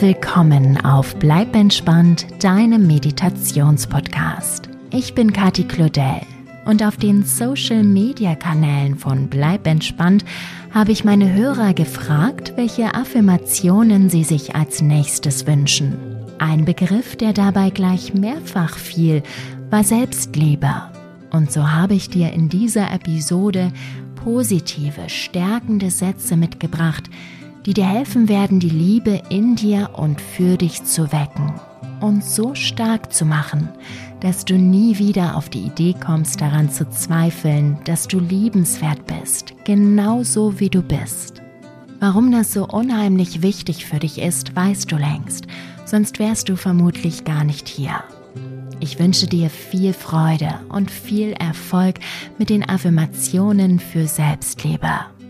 Herzlich willkommen auf Bleib entspannt, deinem Meditationspodcast. Ich bin Kathi Claudel und auf den Social-Media-Kanälen von Bleib entspannt habe ich meine Hörer gefragt, welche Affirmationen sie sich als nächstes wünschen. Ein Begriff, der dabei gleich mehrfach fiel, war Selbstliebe. Und so habe ich dir in dieser Episode positive, stärkende Sätze mitgebracht, die dir helfen werden, die Liebe in dir und für dich zu wecken und so stark zu machen, dass du nie wieder auf die Idee kommst, daran zu zweifeln, dass du liebenswert bist, genauso wie du bist. Warum das so unheimlich wichtig für dich ist, weißt du längst, sonst wärst du vermutlich gar nicht hier. Ich wünsche dir viel Freude und viel Erfolg mit den Affirmationen für Selbstliebe.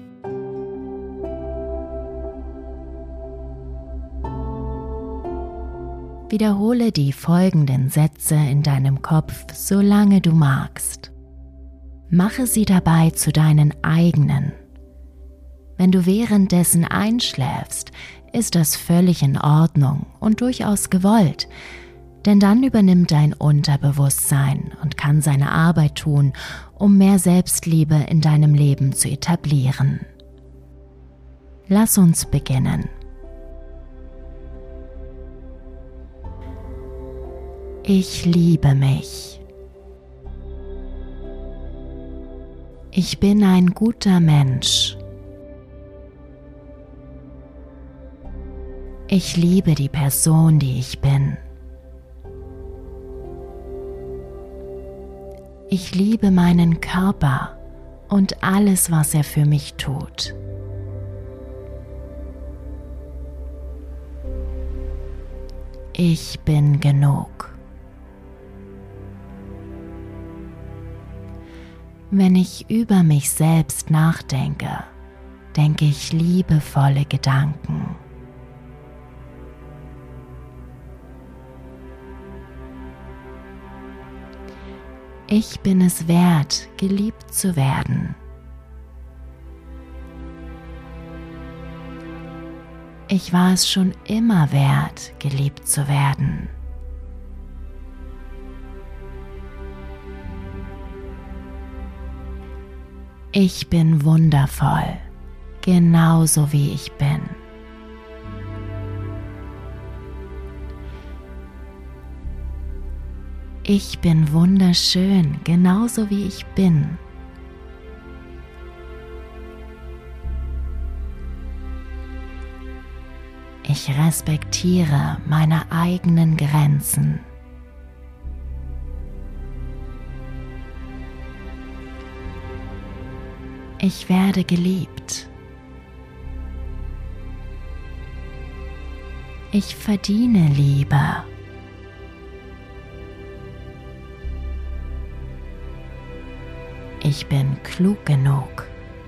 Wiederhole die folgenden Sätze in deinem Kopf, solange du magst. Mache sie dabei zu deinen eigenen. Wenn du währenddessen einschläfst, ist das völlig in Ordnung und durchaus gewollt, denn dann übernimmt dein Unterbewusstsein und kann seine Arbeit tun, um mehr Selbstliebe in deinem Leben zu etablieren. Lass uns beginnen. Ich liebe mich. Ich bin ein guter Mensch. Ich liebe die Person, die ich bin. Ich liebe meinen Körper und alles, was er für mich tut. Ich bin genug. Wenn ich über mich selbst nachdenke, denke ich liebevolle Gedanken. Ich bin es wert, geliebt zu werden. Ich war es schon immer wert, geliebt zu werden. Ich bin wundervoll, genauso wie ich bin. Ich bin wunderschön, genauso wie ich bin. Ich respektiere meine eigenen Grenzen. Ich werde geliebt. Ich verdiene Liebe. Ich bin klug genug.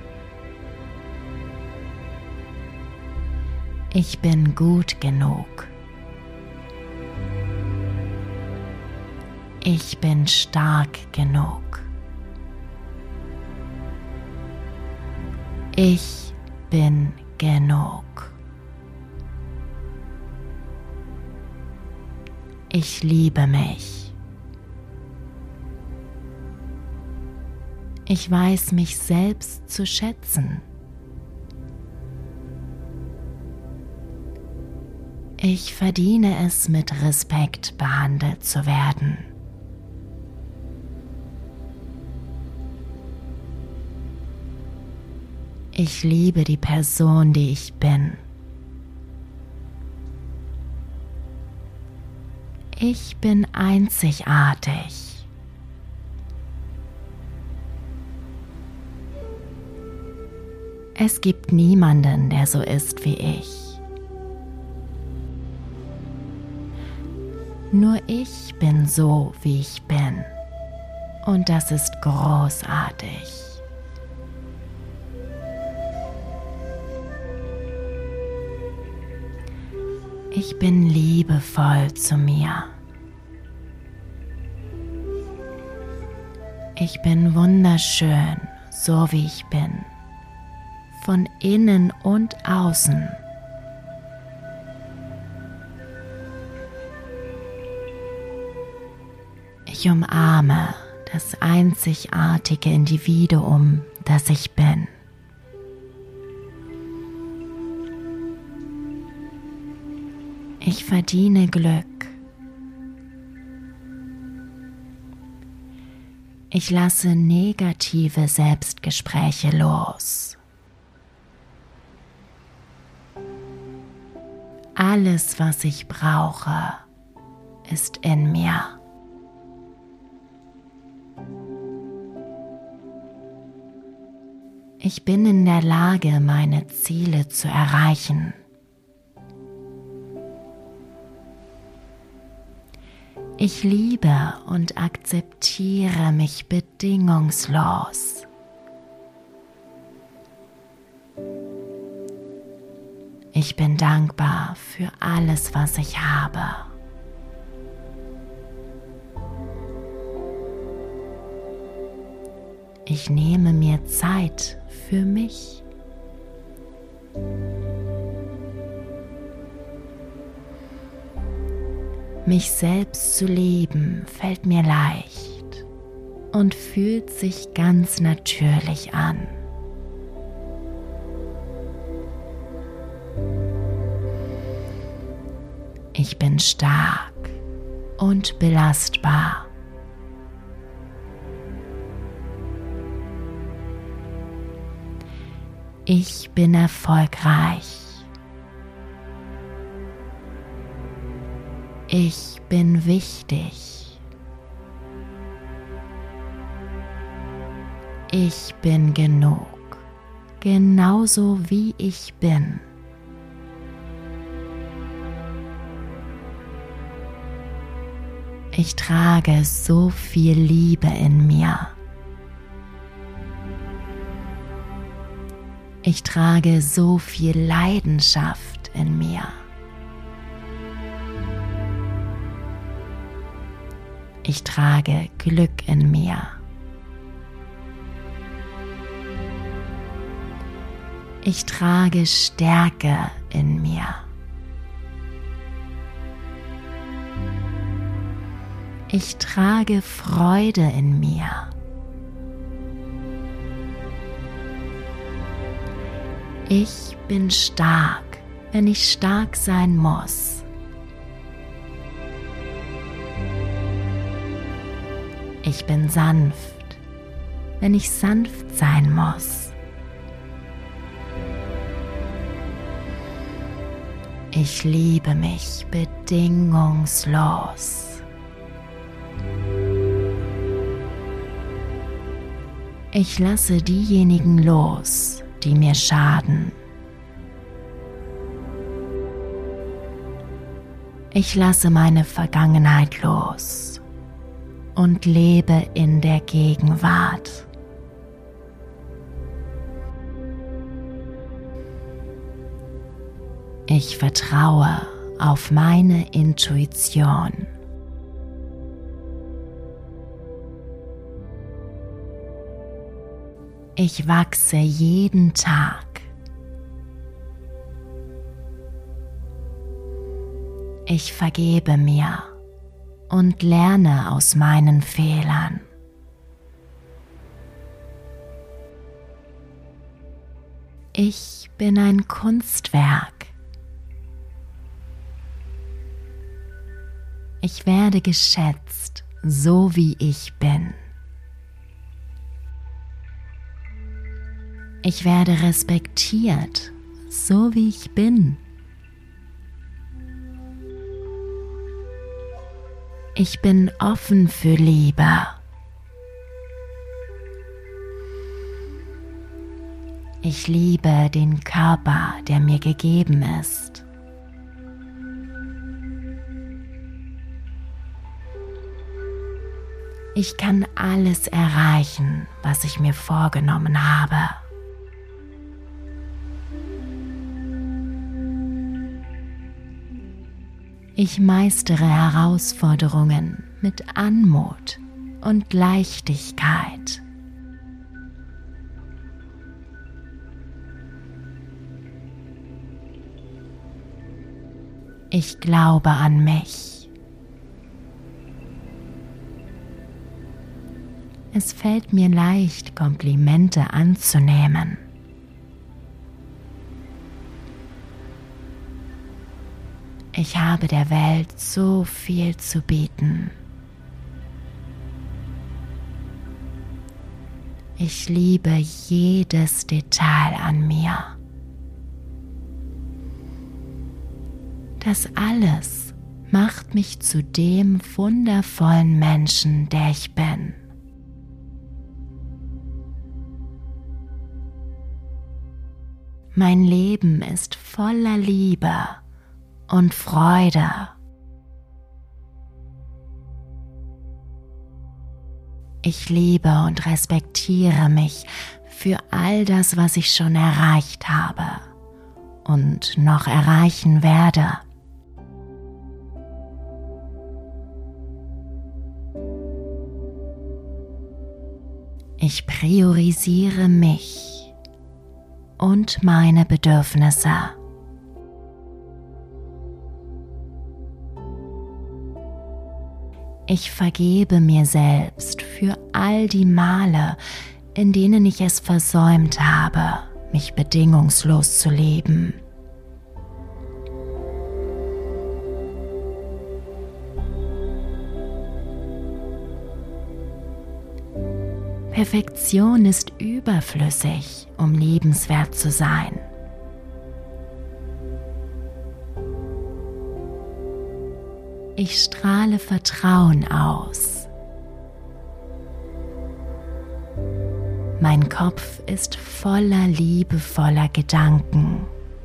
Ich bin gut genug. Ich bin stark genug. Ich bin genug. Ich liebe mich. Ich weiß mich selbst zu schätzen. Ich verdiene es, mit Respekt behandelt zu werden. Ich liebe die Person, die ich bin. Ich bin einzigartig. Es gibt niemanden, der so ist wie ich. Nur ich bin so, wie ich bin. Und das ist großartig. Ich bin liebevoll zu mir. Ich bin wunderschön, so wie ich bin, von innen und außen. Ich umarme das einzigartige Individuum, das ich bin. Ich verdiene Glück. Ich lasse negative Selbstgespräche los. Alles, was ich brauche, ist in mir. Ich bin in der Lage, meine Ziele zu erreichen. Ich liebe und akzeptiere mich bedingungslos. Ich bin dankbar für alles, was ich habe. Ich nehme mir Zeit für mich. Mich selbst zu lieben fällt mir leicht und fühlt sich ganz natürlich an. Ich bin stark und belastbar. Ich bin erfolgreich. Ich bin wichtig. Ich bin genug, genauso wie ich bin. Ich trage so viel Liebe in mir. Ich trage so viel Leidenschaft in mir. Ich trage Glück in mir. Ich trage Stärke in mir. Ich trage Freude in mir. Ich bin stark, wenn ich stark sein muss. Ich bin sanft, wenn ich sanft sein muss. Ich liebe mich bedingungslos. Ich lasse diejenigen los, die mir schaden. Ich lasse meine Vergangenheit los und lebe in der Gegenwart. Ich vertraue auf meine Intuition. Ich wachse jeden Tag. Ich vergebe mir und lerne aus meinen Fehlern. Ich bin ein Kunstwerk. Ich werde geschätzt, so wie ich bin. Ich werde respektiert, so wie ich bin. Ich bin offen für Liebe. Ich liebe den Körper, der mir gegeben ist. Ich kann alles erreichen, was ich mir vorgenommen habe. Ich meistere Herausforderungen mit Anmut und Leichtigkeit. Ich glaube an mich. Es fällt mir leicht, Komplimente anzunehmen. Ich habe der Welt so viel zu bieten. Ich liebe jedes Detail an mir. Das alles macht mich zu dem wundervollen Menschen, der ich bin. Mein Leben ist voller Liebe und Freude. Ich liebe und respektiere mich für all das, was ich schon erreicht habe und noch erreichen werde. Ich priorisiere mich und meine Bedürfnisse. Ich vergebe mir selbst für all die Male, in denen ich es versäumt habe, mich bedingungslos zu lieben. Perfektion ist überflüssig, um liebenswert zu sein. Ich strahle Vertrauen aus. Mein Kopf ist voller liebevoller Gedanken.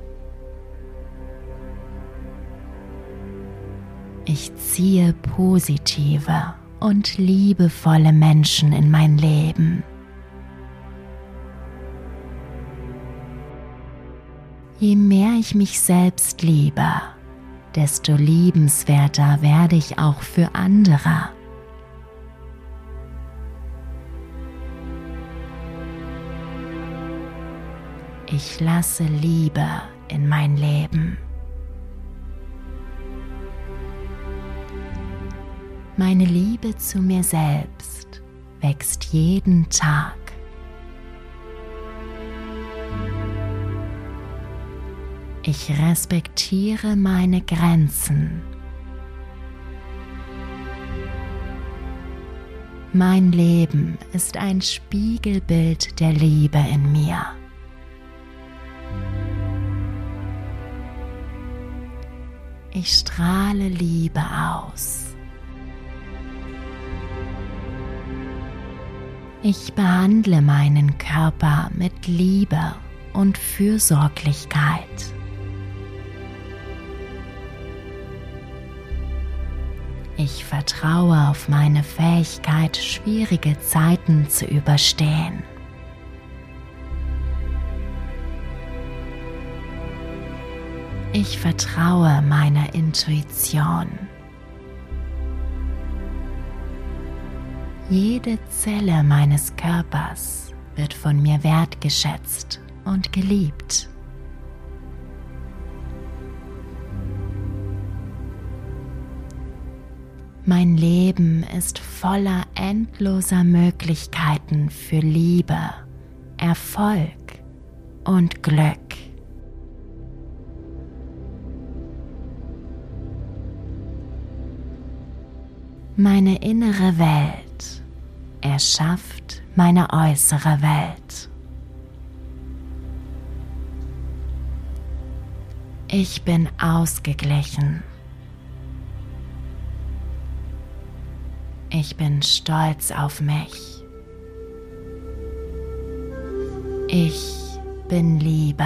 Ich ziehe positive und liebevolle Menschen in mein Leben. Je mehr ich mich selbst liebe, desto liebenswerter werde ich auch für andere. Ich lasse Liebe in mein Leben. Meine Liebe zu mir selbst wächst jeden Tag. Ich respektiere meine Grenzen. Mein Leben ist ein Spiegelbild der Liebe in mir. Ich strahle Liebe aus. Ich behandle meinen Körper mit Liebe und Fürsorglichkeit. Ich vertraue auf meine Fähigkeit, schwierige Zeiten zu überstehen. Ich vertraue meiner Intuition. Jede Zelle meines Körpers wird von mir wertgeschätzt und geliebt. Mein Leben ist voller endloser Möglichkeiten für Liebe, Erfolg und Glück. Meine innere Welt erschafft meine äußere Welt. Ich bin ausgeglichen. Ich bin stolz auf mich. Ich bin Liebe.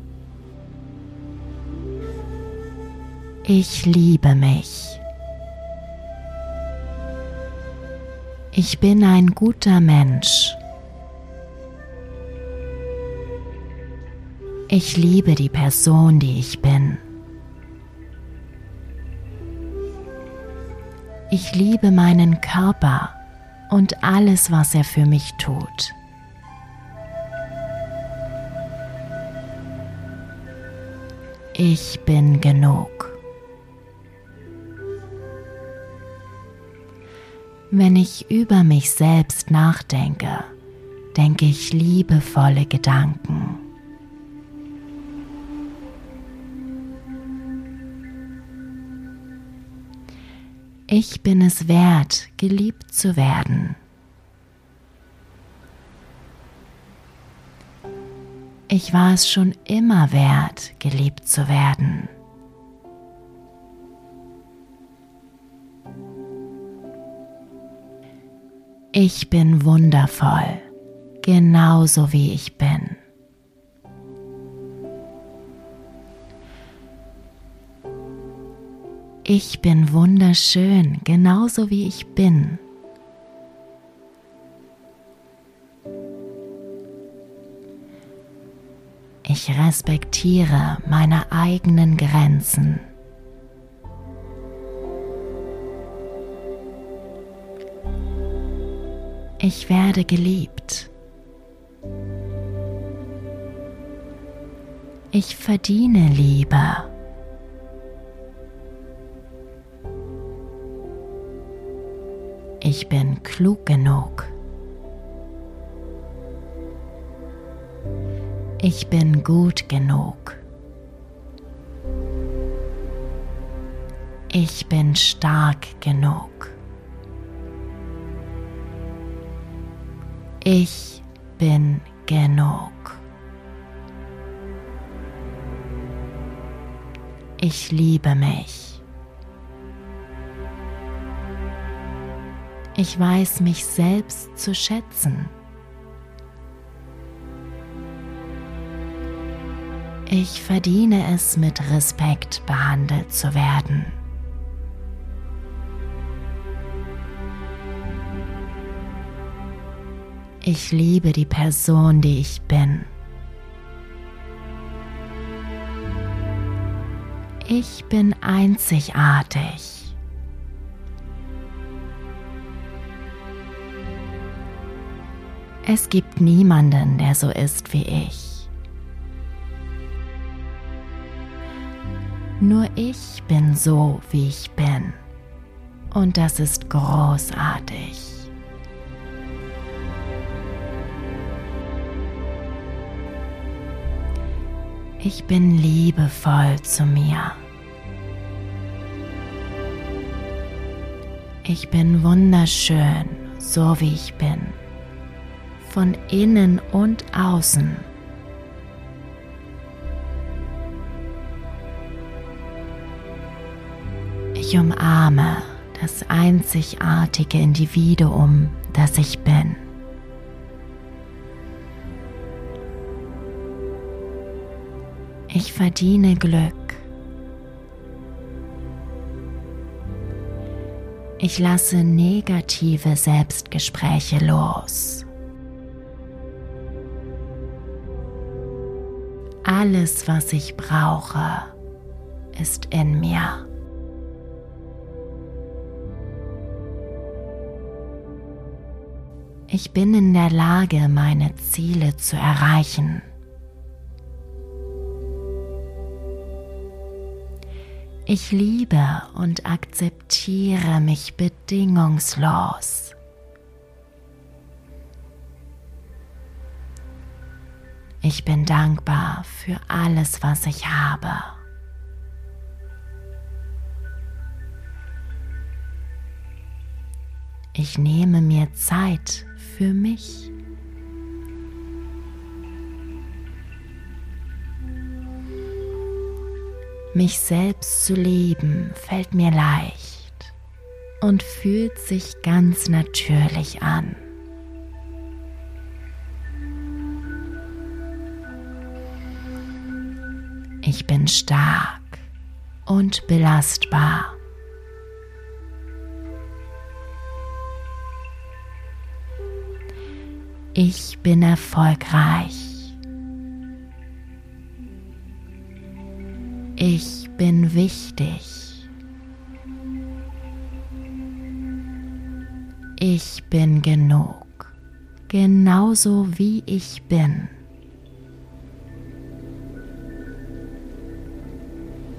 Ich liebe mich. Ich bin ein guter Mensch. Ich liebe die Person, die ich bin. Ich liebe meinen Körper und alles, was er für mich tut. Ich bin genug. Wenn ich über mich selbst nachdenke, denke ich liebevolle Gedanken. Ich bin es wert, geliebt zu werden. Ich war es schon immer wert, geliebt zu werden. Ich bin wundervoll, genauso wie ich bin. Ich bin wunderschön, genauso wie ich bin. Ich respektiere meine eigenen Grenzen. Ich werde geliebt. Ich verdiene Liebe. Ich bin klug genug. Ich bin gut genug. Ich bin stark genug. Ich bin genug. Ich liebe mich. Ich weiß mich selbst zu schätzen. Ich verdiene es, mit Respekt behandelt zu werden. Ich liebe die Person, die ich bin. Ich bin einzigartig. Es gibt niemanden, der so ist wie ich. Nur ich bin so, wie ich bin. Und das ist großartig. Ich bin liebevoll zu mir. Ich bin wunderschön, so wie ich bin. Von innen und außen. Ich umarme das einzigartige Individuum, das ich bin. Ich verdiene Glück. Ich lasse negative Selbstgespräche los. Alles, was ich brauche, ist in mir. Ich bin in der Lage, meine Ziele zu erreichen. Ich liebe und akzeptiere mich bedingungslos. Ich bin dankbar für alles, was ich habe. Ich nehme mir Zeit für mich. Mich selbst zu lieben fällt mir leicht und fühlt sich ganz natürlich an. Ich bin stark und belastbar. Ich bin erfolgreich. Ich bin wichtig. Ich bin genug, genauso wie ich bin.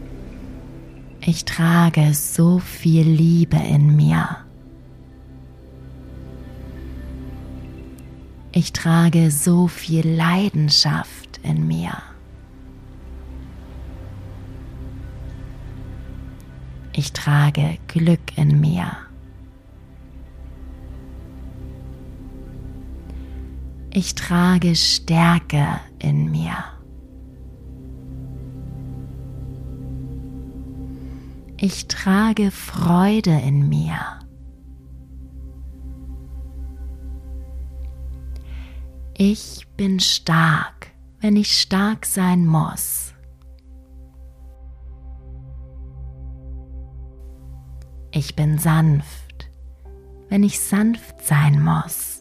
Ich trage so viel Liebe in mir. Ich trage so viel Leidenschaft in mir. Ich trage Glück in mir. Ich trage Stärke in mir. Ich trage Freude in mir. Ich bin stark, wenn ich stark sein muss. Ich bin sanft, wenn ich sanft sein muss.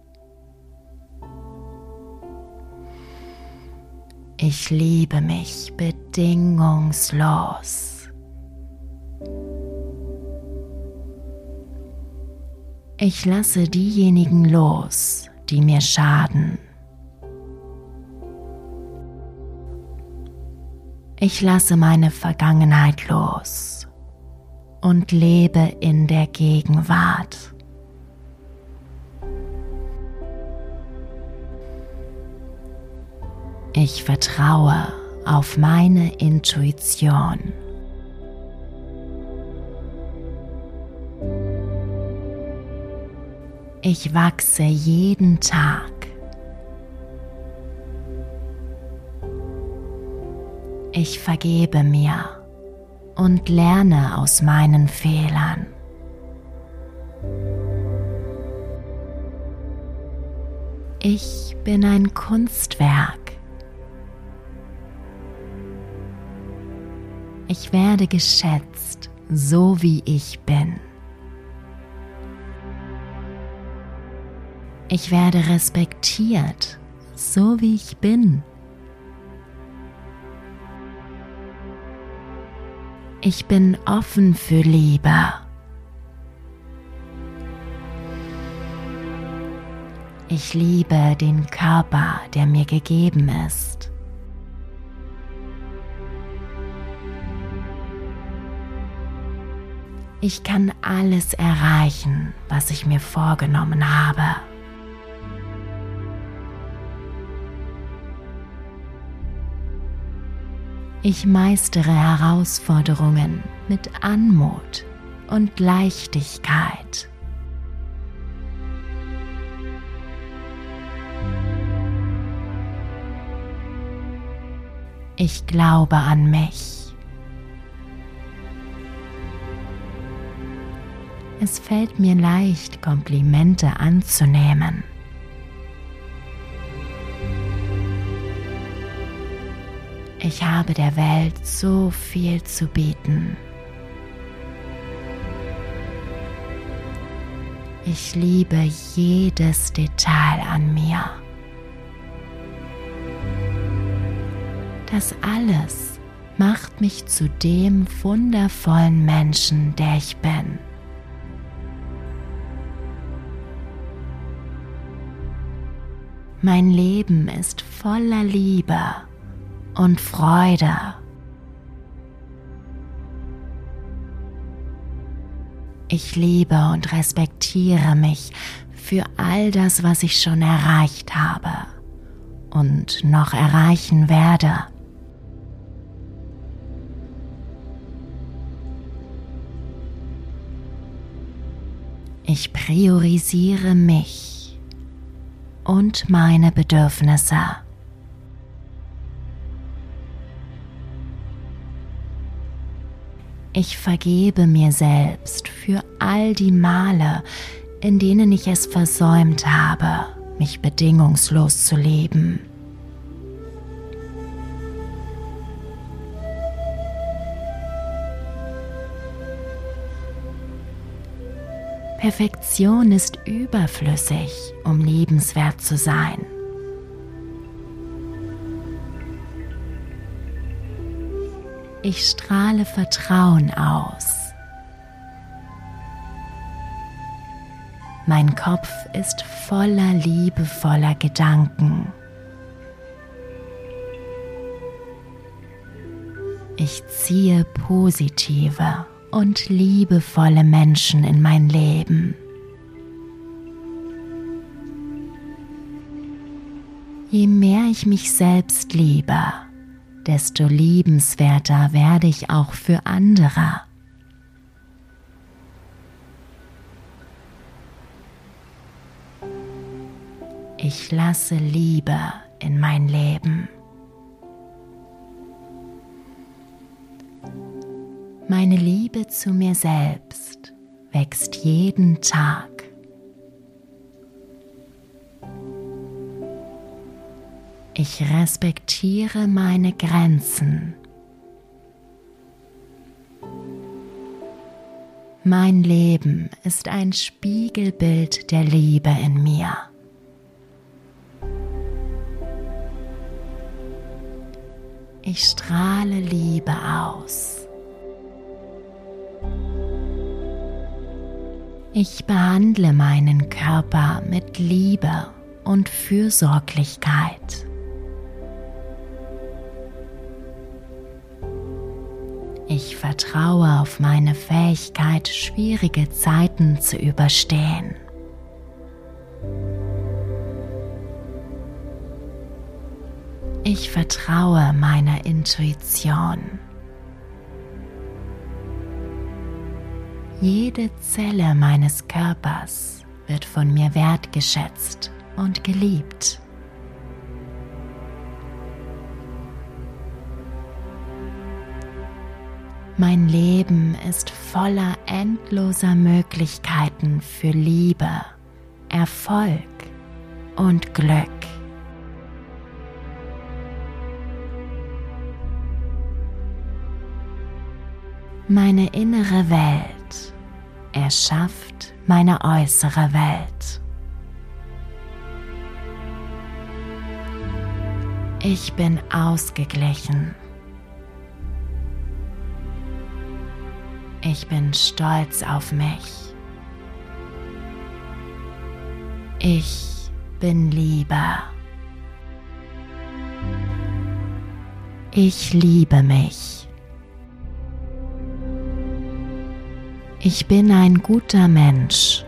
Ich liebe mich bedingungslos. Ich lasse diejenigen los, die mir schaden. Ich lasse meine Vergangenheit los und lebe in der Gegenwart. Ich vertraue auf meine Intuition. Ich wachse jeden Tag. Ich vergebe mir und lerne aus meinen Fehlern. Ich bin ein Kunstwerk. Ich werde geschätzt, so wie ich bin. Ich werde respektiert, so wie ich bin. Ich bin offen für Liebe. Ich liebe den Körper, der mir gegeben ist. Ich kann alles erreichen, was ich mir vorgenommen habe. Ich meistere Herausforderungen mit Anmut und Leichtigkeit. Ich glaube an mich. Es fällt mir leicht, Komplimente anzunehmen. Ich habe der Welt so viel zu bieten. Ich liebe jedes Detail an mir. Das alles macht mich zu dem wundervollen Menschen, der ich bin. Mein Leben ist voller Liebe und Freude. Ich liebe und respektiere mich für all das, was ich schon erreicht habe und noch erreichen werde. Ich priorisiere mich und meine Bedürfnisse. Ich vergebe mir selbst für all die Male, in denen ich es versäumt habe, mich bedingungslos zu lieben. Perfektion ist überflüssig, um liebenswert zu sein. Ich strahle Vertrauen aus. Mein Kopf ist voller liebevoller Gedanken. Ich ziehe positive und liebevolle Menschen in mein Leben. Je mehr ich mich selbst liebe, desto liebenswerter werde ich auch für andere. Ich lasse Liebe in mein Leben. Meine Liebe zu mir selbst wächst jeden Tag. Ich respektiere meine Grenzen. Mein Leben ist ein Spiegelbild der Liebe in mir. Ich strahle Liebe aus. Ich behandle meinen Körper mit Liebe und Fürsorglichkeit. Ich vertraue auf meine Fähigkeit, schwierige Zeiten zu überstehen. Ich vertraue meiner Intuition. Jede Zelle meines Körpers wird von mir wertgeschätzt und geliebt. Mein Leben ist voller endloser Möglichkeiten für Liebe, Erfolg und Glück. Meine innere Welt erschafft meine äußere Welt. Ich bin ausgeglichen. Ich bin stolz auf mich. Ich bin Liebe. Ich liebe mich. Ich bin ein guter Mensch.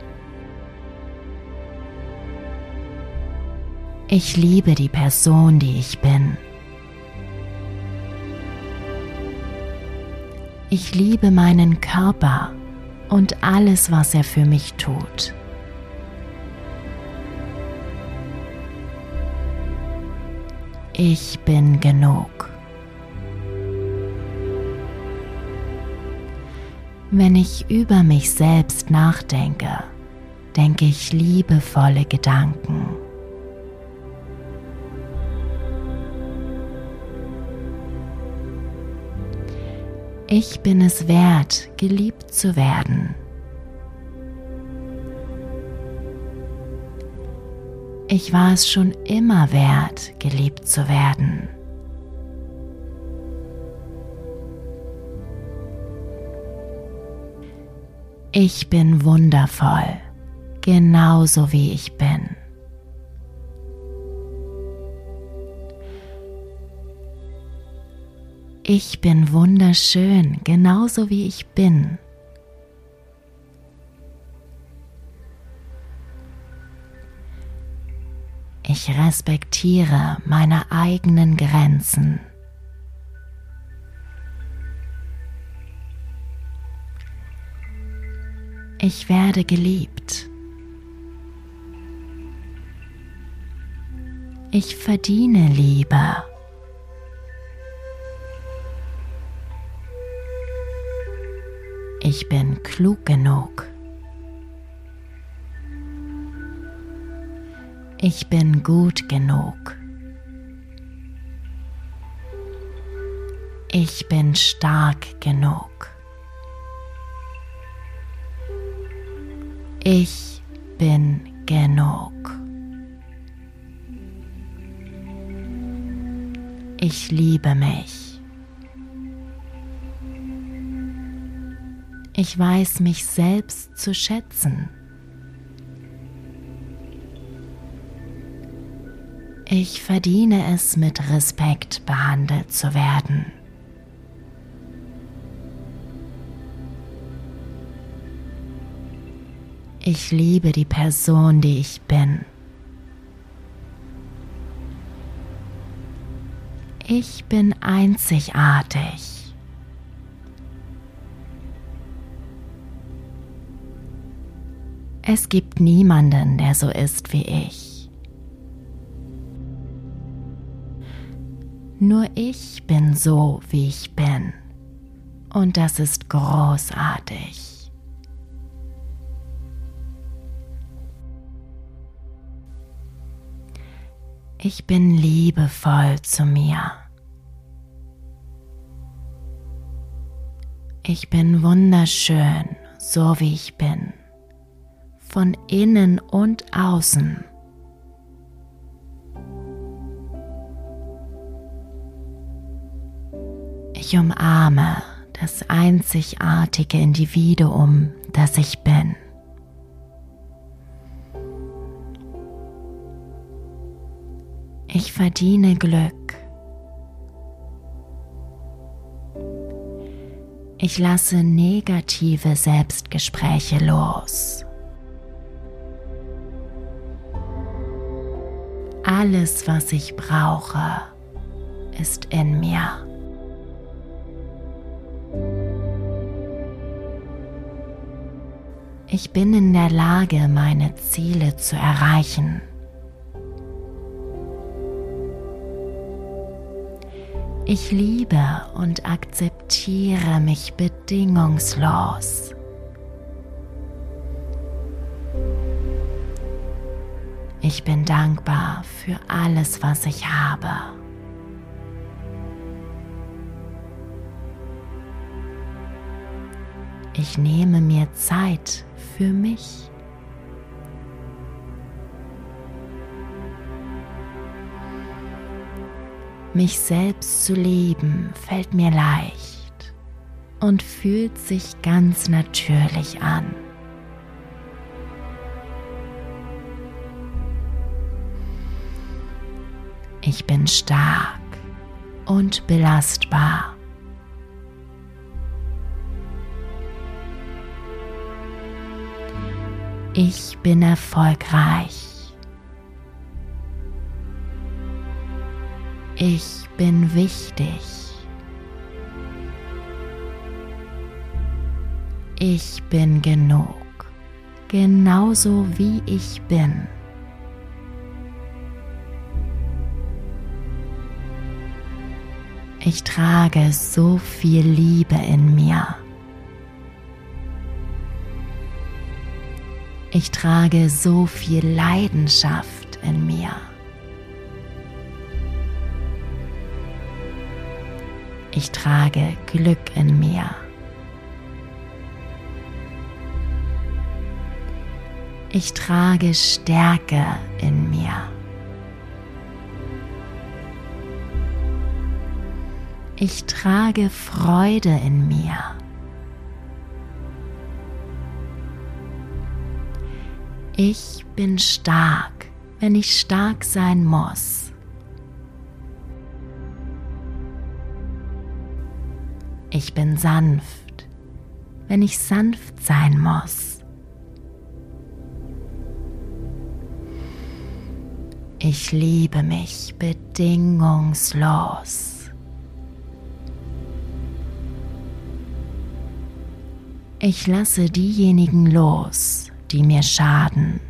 Ich liebe die Person, die ich bin. Ich liebe meinen Körper und alles, was er für mich tut. Ich bin genug. Wenn ich über mich selbst nachdenke, denke ich liebevolle Gedanken. Ich bin es wert, geliebt zu werden. Ich war es schon immer wert, geliebt zu werden. Ich bin wundervoll, genauso wie ich bin. Ich bin wunderschön, genauso wie ich bin. Ich respektiere meine eigenen Grenzen. Ich werde geliebt. Ich verdiene Liebe. Ich bin klug genug. Ich bin gut genug. Ich bin stark genug. Ich bin genug. Ich liebe mich. Ich weiß mich selbst zu schätzen. Ich verdiene es, mit Respekt behandelt zu werden. Ich liebe die Person, die ich bin. Ich bin einzigartig. Es gibt niemanden, der so ist wie ich. Nur ich bin so, wie ich bin. Und das ist großartig. Ich bin liebevoll zu mir. Ich bin wunderschön, so wie ich bin. Von innen und außen. Ich umarme das einzigartige Individuum, das ich bin. Ich verdiene Glück. Ich lasse negative Selbstgespräche los. Alles, was ich brauche, ist in mir. Ich bin in der Lage, meine Ziele zu erreichen. Ich liebe und akzeptiere mich bedingungslos. Ich bin dankbar für alles, was ich habe. Ich nehme mir Zeit für mich. Mich selbst zu lieben fällt mir leicht und fühlt sich ganz natürlich an. Ich bin stark und belastbar. Ich bin erfolgreich. Ich bin wichtig. Ich bin genug, genauso wie ich bin. Ich trage so viel Liebe in mir. Ich trage so viel Leidenschaft in mir. Ich trage Glück in mir. Ich trage Stärke in mir. Ich trage Freude in mir. Ich bin stark, wenn ich stark sein muss. Ich bin sanft, wenn ich sanft sein muss. Ich liebe mich bedingungslos. Ich lasse diejenigen los, die mir schaden.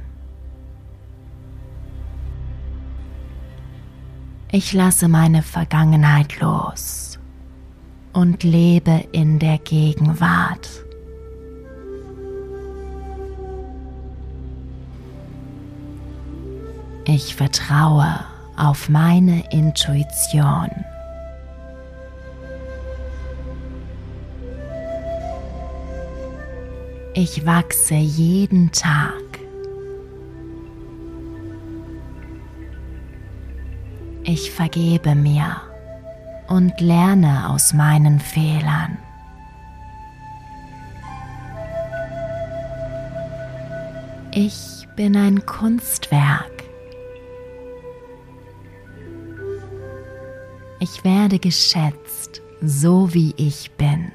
Ich lasse meine Vergangenheit los und lebe in der Gegenwart. Ich vertraue auf meine Intuition. Ich wachse jeden Tag. Ich vergebe mir und lerne aus meinen Fehlern. Ich bin ein Kunstwerk. Ich werde geschätzt, so wie ich bin.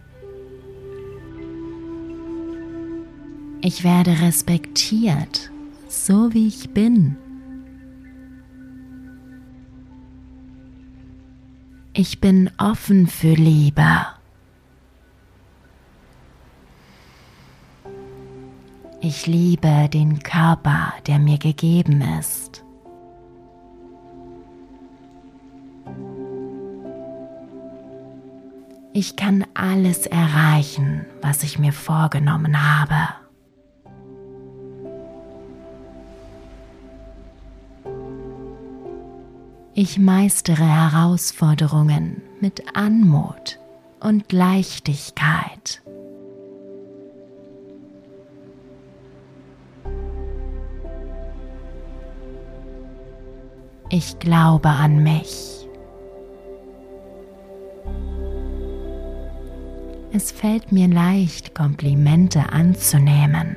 Ich werde respektiert, so wie ich bin. Ich bin offen für Liebe. Ich liebe den Körper, der mir gegeben ist. Ich kann alles erreichen, was ich mir vorgenommen habe. Ich meistere Herausforderungen mit Anmut und Leichtigkeit. Ich glaube an mich. Es fällt mir leicht, Komplimente anzunehmen.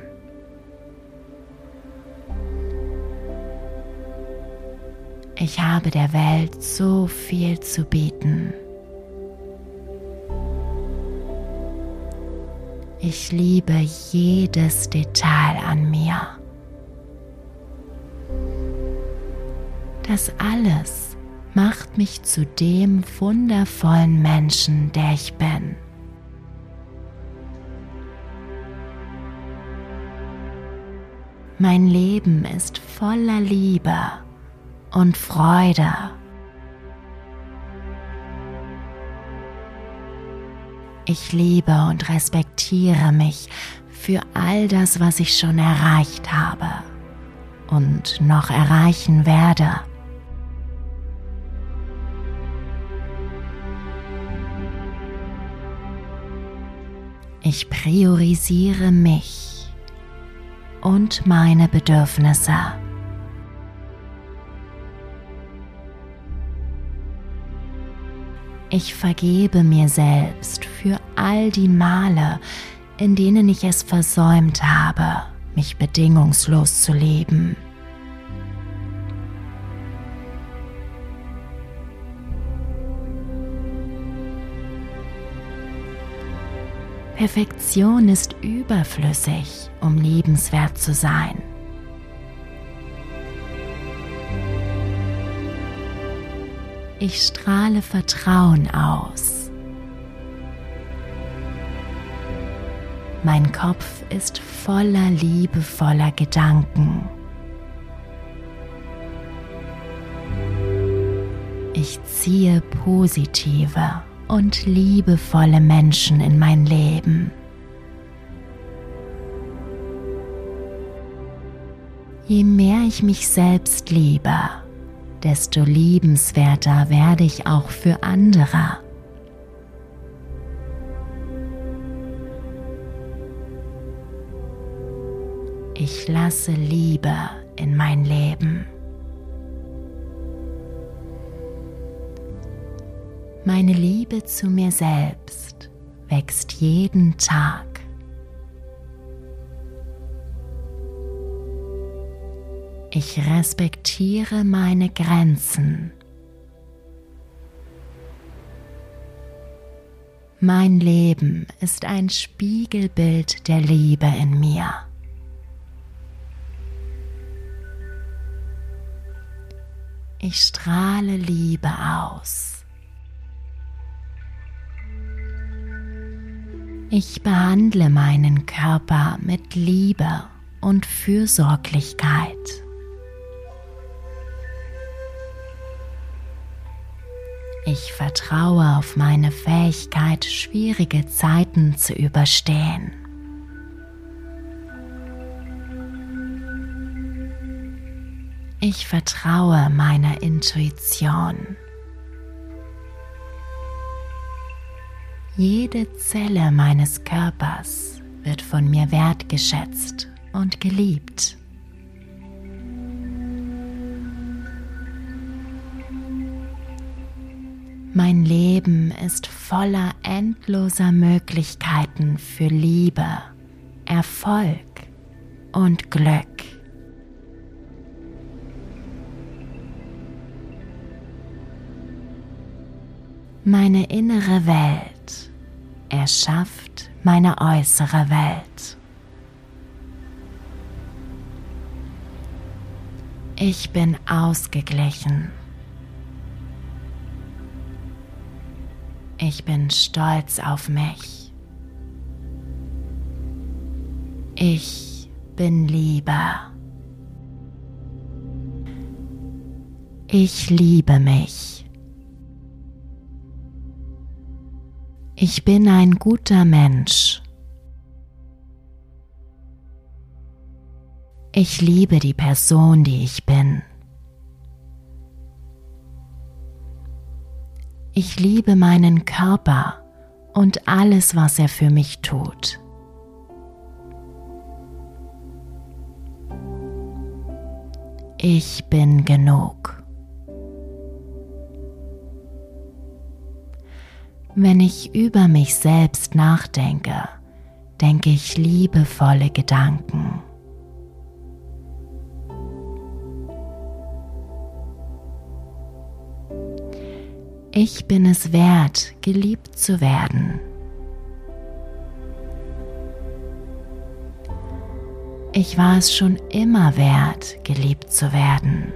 Ich habe der Welt so viel zu bieten. Ich liebe jedes Detail an mir. Das alles macht mich zu dem wundervollen Menschen, der ich bin. Mein Leben ist voller Liebe und Freude. Ich liebe und respektiere mich für all das, was ich schon erreicht habe und noch erreichen werde. Ich priorisiere mich und meine Bedürfnisse. Ich vergebe mir selbst für all die Male, in denen ich es versäumt habe, mich bedingungslos zu lieben. Perfektion ist überflüssig, um liebenswert zu sein. Ich strahle Vertrauen aus. Mein Kopf ist voller liebevoller Gedanken. Ich ziehe positive und liebevolle Menschen in mein Leben. Je mehr ich mich selbst liebe, desto liebenswerter werde ich auch für andere. Ich lasse Liebe in mein Leben. Meine Liebe zu mir selbst wächst jeden Tag. Ich respektiere meine Grenzen. Mein Leben ist ein Spiegelbild der Liebe in mir. Ich strahle Liebe aus. Ich behandle meinen Körper mit Liebe und Fürsorglichkeit. Ich vertraue auf meine Fähigkeit, schwierige Zeiten zu überstehen. Ich vertraue meiner Intuition. Jede Zelle meines Körpers wird von mir wertgeschätzt und geliebt. Mein Leben ist voller endloser Möglichkeiten für Liebe, Erfolg und Glück. Meine innere Welt erschafft meine äußere Welt. Ich bin ausgeglichen. Ich bin stolz auf mich. Ich bin Liebe. Ich liebe mich. Ich bin ein guter Mensch. Ich liebe die Person, die ich bin. Ich liebe meinen Körper und alles, was er für mich tut. Ich bin genug. Wenn ich über mich selbst nachdenke, denke ich liebevolle Gedanken. Ich bin es wert, geliebt zu werden. Ich war es schon immer wert, geliebt zu werden.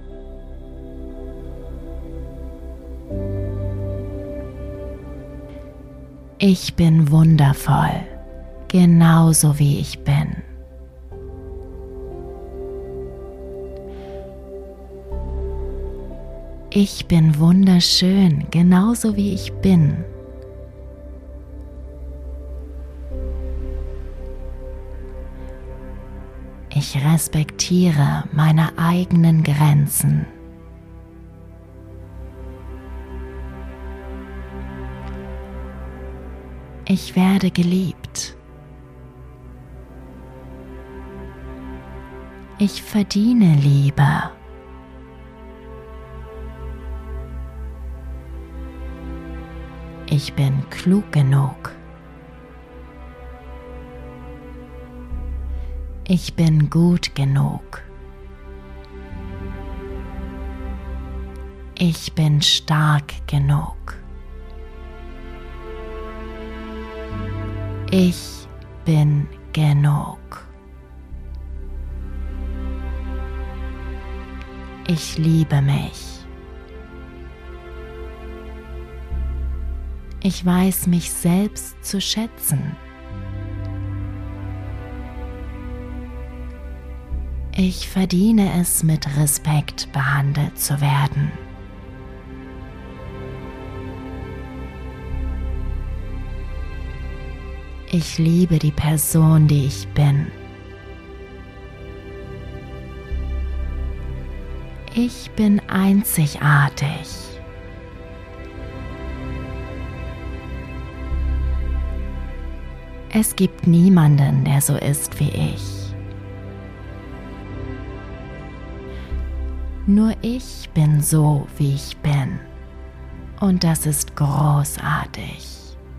Ich bin wundervoll, genauso wie ich bin. Ich bin wunderschön, genauso wie ich bin. Ich respektiere meine eigenen Grenzen. Ich werde geliebt. Ich verdiene Liebe. Ich bin klug genug. Ich bin gut genug. Ich bin stark genug. Ich bin genug. Ich liebe mich. Ich weiß mich selbst zu schätzen. Ich verdiene es, mit Respekt behandelt zu werden. Ich liebe die Person, die ich bin. Ich bin einzigartig. Es gibt niemanden, der so ist wie ich. Nur ich bin so, wie ich bin. Und das ist großartig.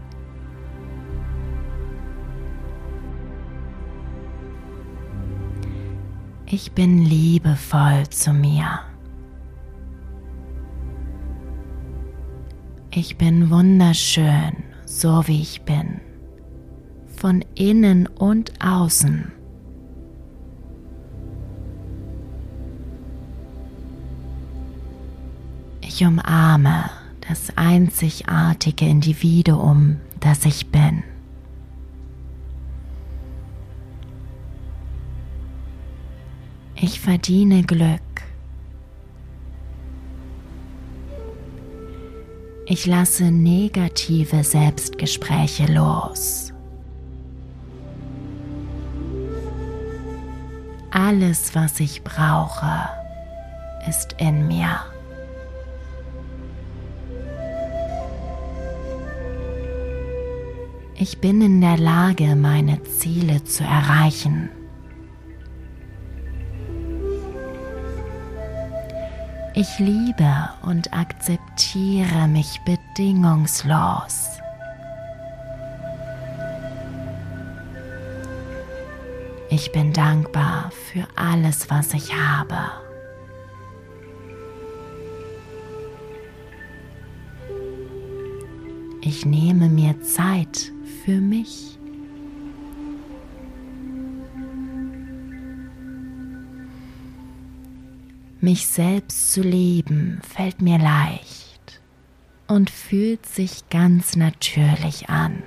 Ich bin liebevoll zu mir. Ich bin wunderschön, so wie ich bin. Von innen und außen. Ich umarme das einzigartige Individuum, das ich bin. Ich verdiene Glück. Ich lasse negative Selbstgespräche los. Alles, was ich brauche, ist in mir. Ich bin in der Lage, meine Ziele zu erreichen. Ich liebe und akzeptiere mich bedingungslos. Ich bin dankbar für alles, was ich habe. Ich nehme mir Zeit für mich. Mich selbst zu lieben fällt mir leicht. und fühlt sich ganz natürlich an.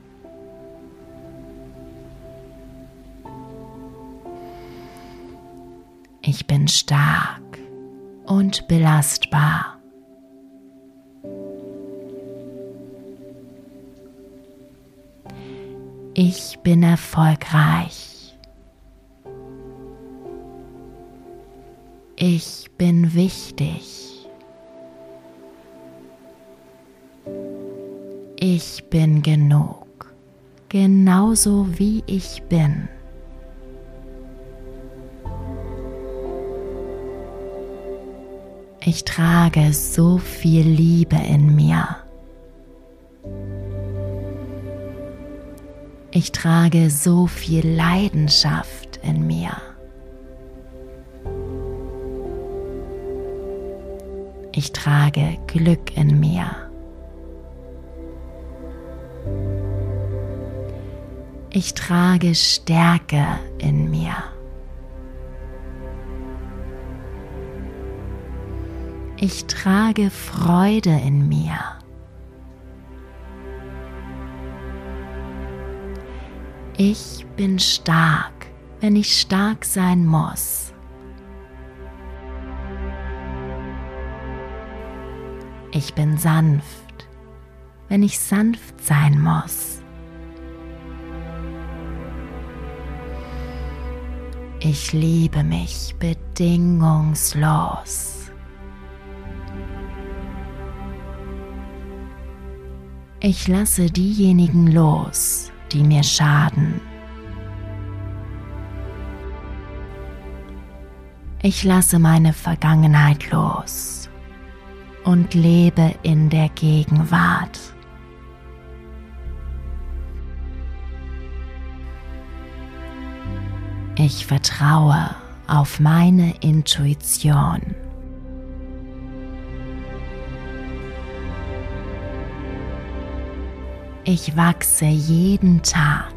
Ich bin stark und belastbar. Ich bin erfolgreich. Ich bin wichtig. Ich bin genug, genauso wie ich bin. Ich trage so viel Liebe in mir. Ich trage so viel Leidenschaft in mir. Ich trage Glück in mir. Ich trage Stärke in mir. Ich trage Freude in mir. Ich bin stark, wenn ich stark sein muss. Ich bin sanft, wenn ich sanft sein muss. Ich liebe mich bedingungslos. Ich lasse diejenigen los, die mir schaden. Ich lasse meine Vergangenheit los und lebe in der Gegenwart. Ich vertraue auf meine Intuition. Ich wachse jeden Tag.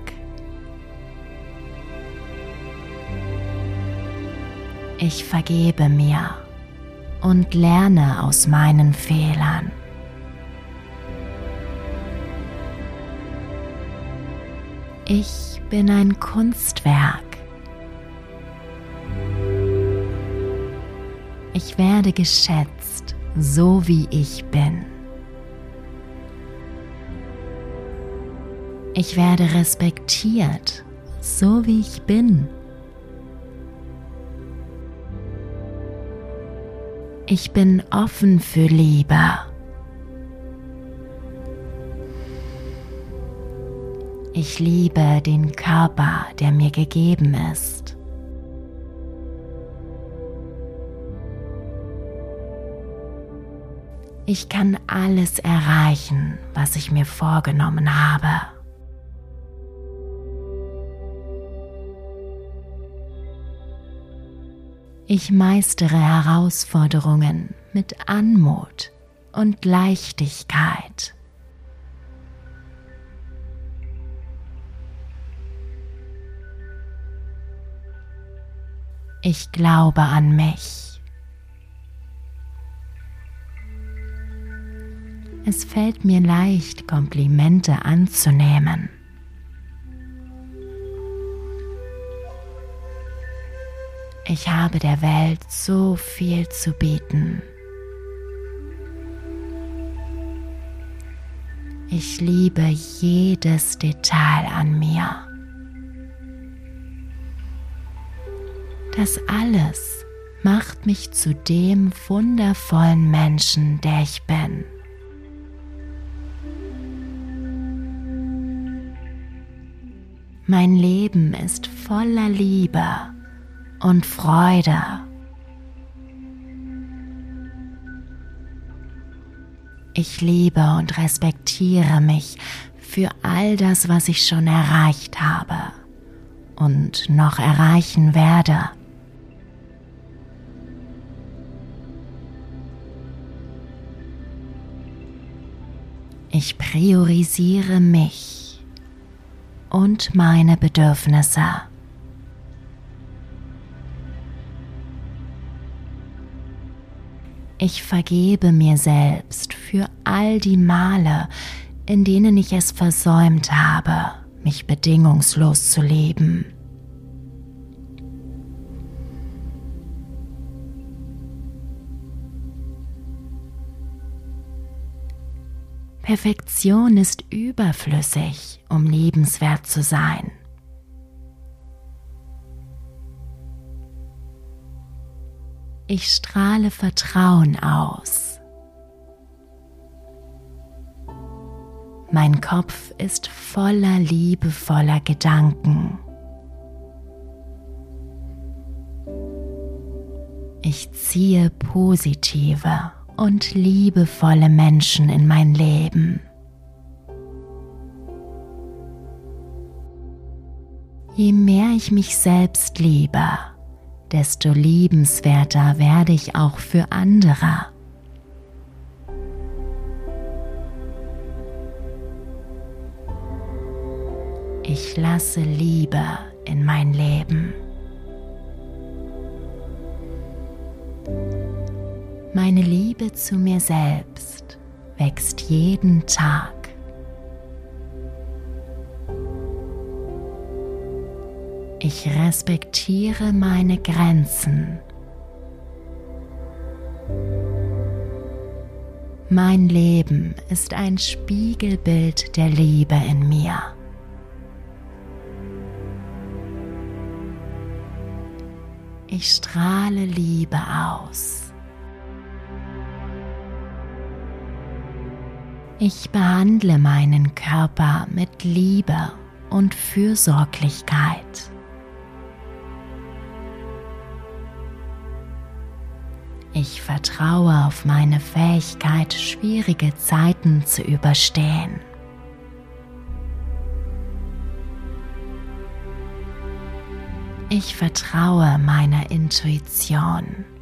Ich vergebe mir und lerne aus meinen Fehlern. Ich bin ein Kunstwerk. Ich werde geschätzt, so wie ich bin. Ich werde respektiert, so wie ich bin. Ich bin offen für Liebe. Ich liebe den Körper, der mir gegeben ist. Ich kann alles erreichen, was ich mir vorgenommen habe. Ich meistere Herausforderungen mit Anmut und Leichtigkeit. Ich glaube an mich. Es fällt mir leicht, Komplimente anzunehmen. Ich habe der Welt so viel zu bieten. Ich liebe jedes Detail an mir. Das alles macht mich zu dem wundervollen Menschen, der ich bin. Mein Leben ist voller Liebe und Freude. Ich liebe und respektiere mich für all das, was ich schon erreicht habe und noch erreichen werde. Ich priorisiere mich und meine Bedürfnisse. Ich vergebe mir selbst für all die Male, in denen ich es versäumt habe, mich bedingungslos zu lieben. Perfektion ist überflüssig, um liebenswert zu sein. Ich strahle Vertrauen aus. Mein Kopf ist voller liebevoller Gedanken. Ich ziehe positive und liebevolle Menschen in mein Leben. Je mehr ich mich selbst liebe, desto liebenswerter werde ich auch für andere. Ich lasse Liebe in mein Leben. Meine Liebe zu mir selbst wächst jeden Tag. Ich respektiere meine Grenzen. Mein Leben ist ein Spiegelbild der Liebe in mir. Ich strahle Liebe aus. Ich behandle meinen Körper mit Liebe und Fürsorglichkeit. Ich vertraue auf meine Fähigkeit, schwierige Zeiten zu überstehen. Ich vertraue meiner Intuition.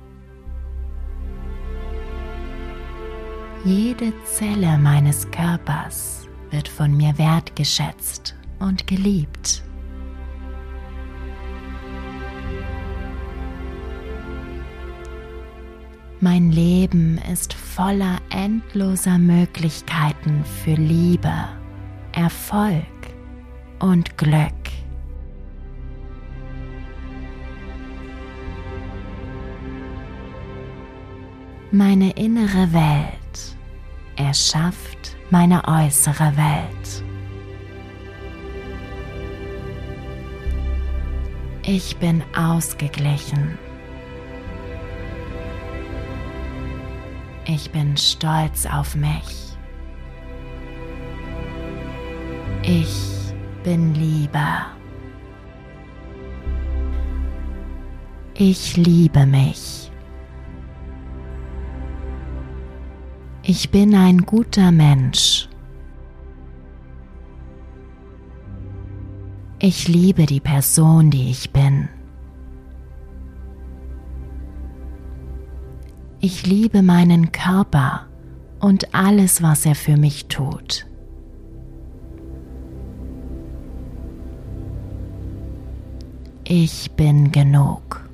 Jede Zelle meines Körpers wird von mir wertgeschätzt und geliebt. Mein Leben ist voller endloser Möglichkeiten für Liebe, Erfolg und Glück. Meine innere Welt erschafft meine äußere Welt. Ich bin ausgeglichen. Ich bin stolz auf mich. Ich bin Liebe. Ich liebe mich. Ich bin ein guter Mensch. Ich liebe die Person, die ich bin. Ich liebe meinen Körper und alles, was er für mich tut. Ich bin genug.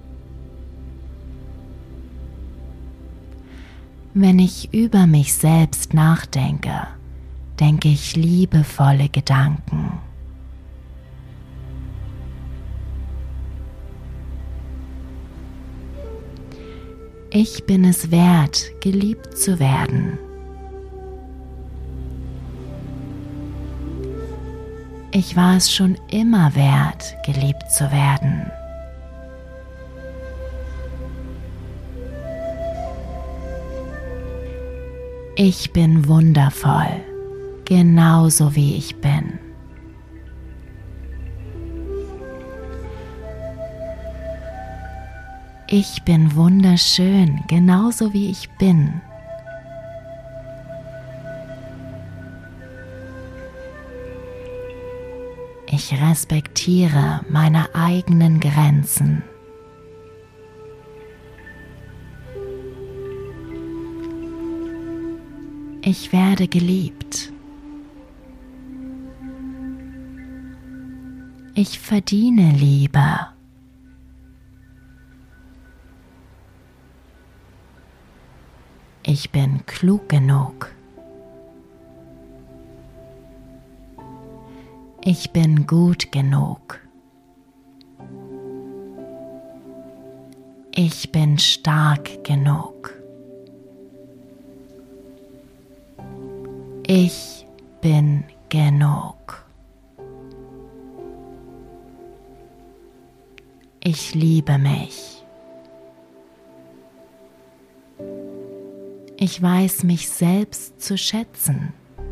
Wenn ich über mich selbst nachdenke, denke ich liebevolle Gedanken. Ich bin es wert, geliebt zu werden. Ich war es schon immer wert, geliebt zu werden. Ich bin wundervoll, genauso wie ich bin. Ich bin wunderschön, genauso wie ich bin. Ich respektiere meine eigenen Grenzen. Ich werde geliebt. Ich verdiene Liebe. Ich bin klug genug. Ich bin gut genug. Ich bin stark genug. Ich bin genug. Ich liebe mich. Ich weiß mich selbst zu schätzen.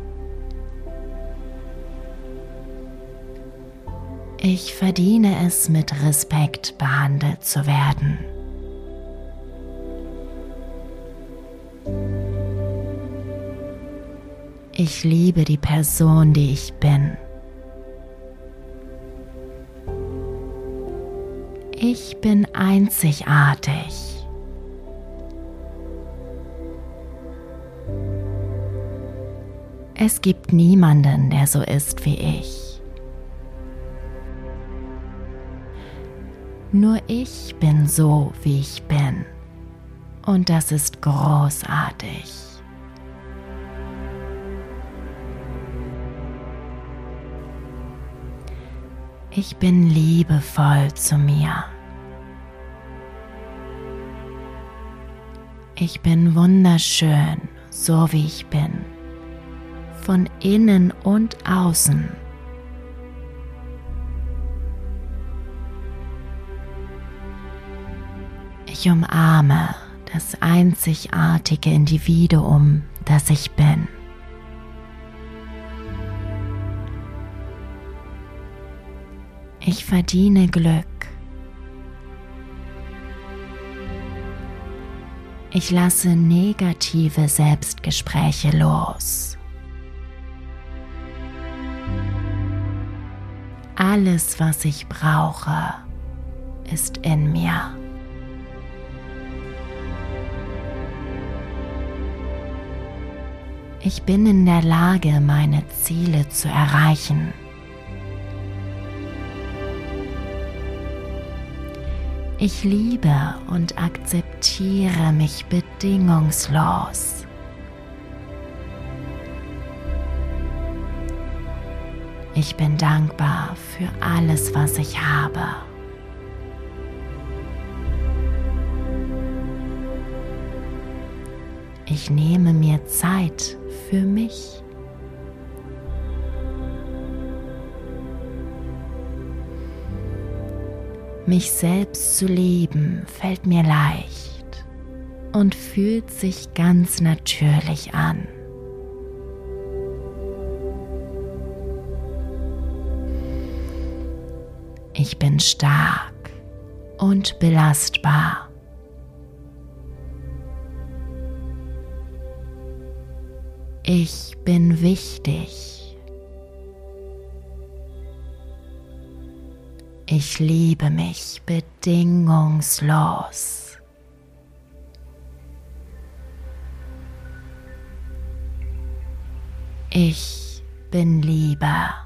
Ich verdiene es, mit Respekt behandelt zu werden. Ich liebe die Person, die ich bin. Ich bin einzigartig. Es gibt niemanden, der so ist wie ich. Nur ich bin so, wie ich bin. Und das ist großartig. Ich bin liebevoll zu mir. Ich bin wunderschön, so wie ich bin, von innen und außen. Ich umarme das einzigartige Individuum, das ich bin. Ich verdiene Glück. Ich lasse negative Selbstgespräche los. Alles, was ich brauche, ist in mir. Ich bin in der Lage, meine Ziele zu erreichen. Ich liebe und akzeptiere mich bedingungslos. Ich bin dankbar für alles, was ich habe. Ich nehme mir Zeit für mich. Mich selbst zu lieben fällt mir leicht und fühlt sich ganz natürlich an. Ich bin stark und belastbar. Ich bin wichtig. Ich liebe mich bedingungslos. Ich bin Liebe.